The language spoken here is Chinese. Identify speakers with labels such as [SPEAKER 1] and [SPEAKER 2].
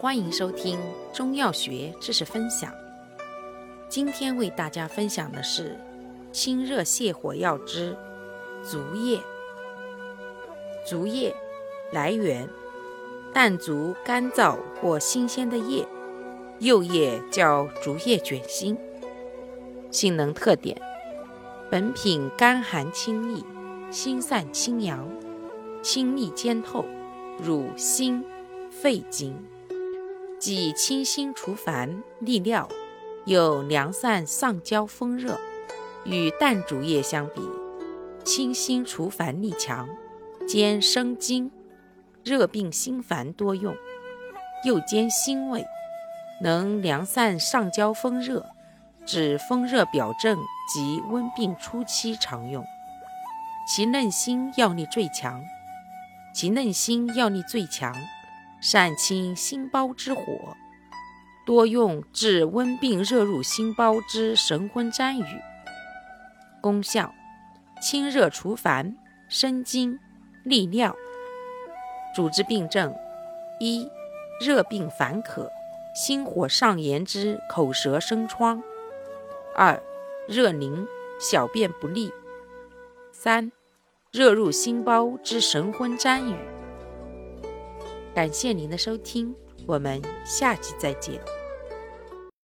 [SPEAKER 1] 欢迎收听中药学知识分享。今天为大家分享的是清热泻火药之竹叶。竹叶来源淡竹干燥或新鲜的叶，幼叶叫竹叶卷心。性能特点：本品甘寒清利，心散清阳，清利兼透，入心肺经，既清心除烦利尿，又凉散上焦风热。与淡竹叶相比，清心除烦力强，兼生津，热病心烦多用，又兼辛味，能凉散上焦风热，治风热表症及温病初期常用。其嫩辛药力最强，善清心包之火，多用治温病热入心包之神昏沾雨。功效：清热除烦，生津，利尿。主治病症：一、热病烦渴，心火上炎之口舌生疮；二、热凝，小便不利；三、热入心包之神昏沾雨。感谢您的收听，我们下期再见。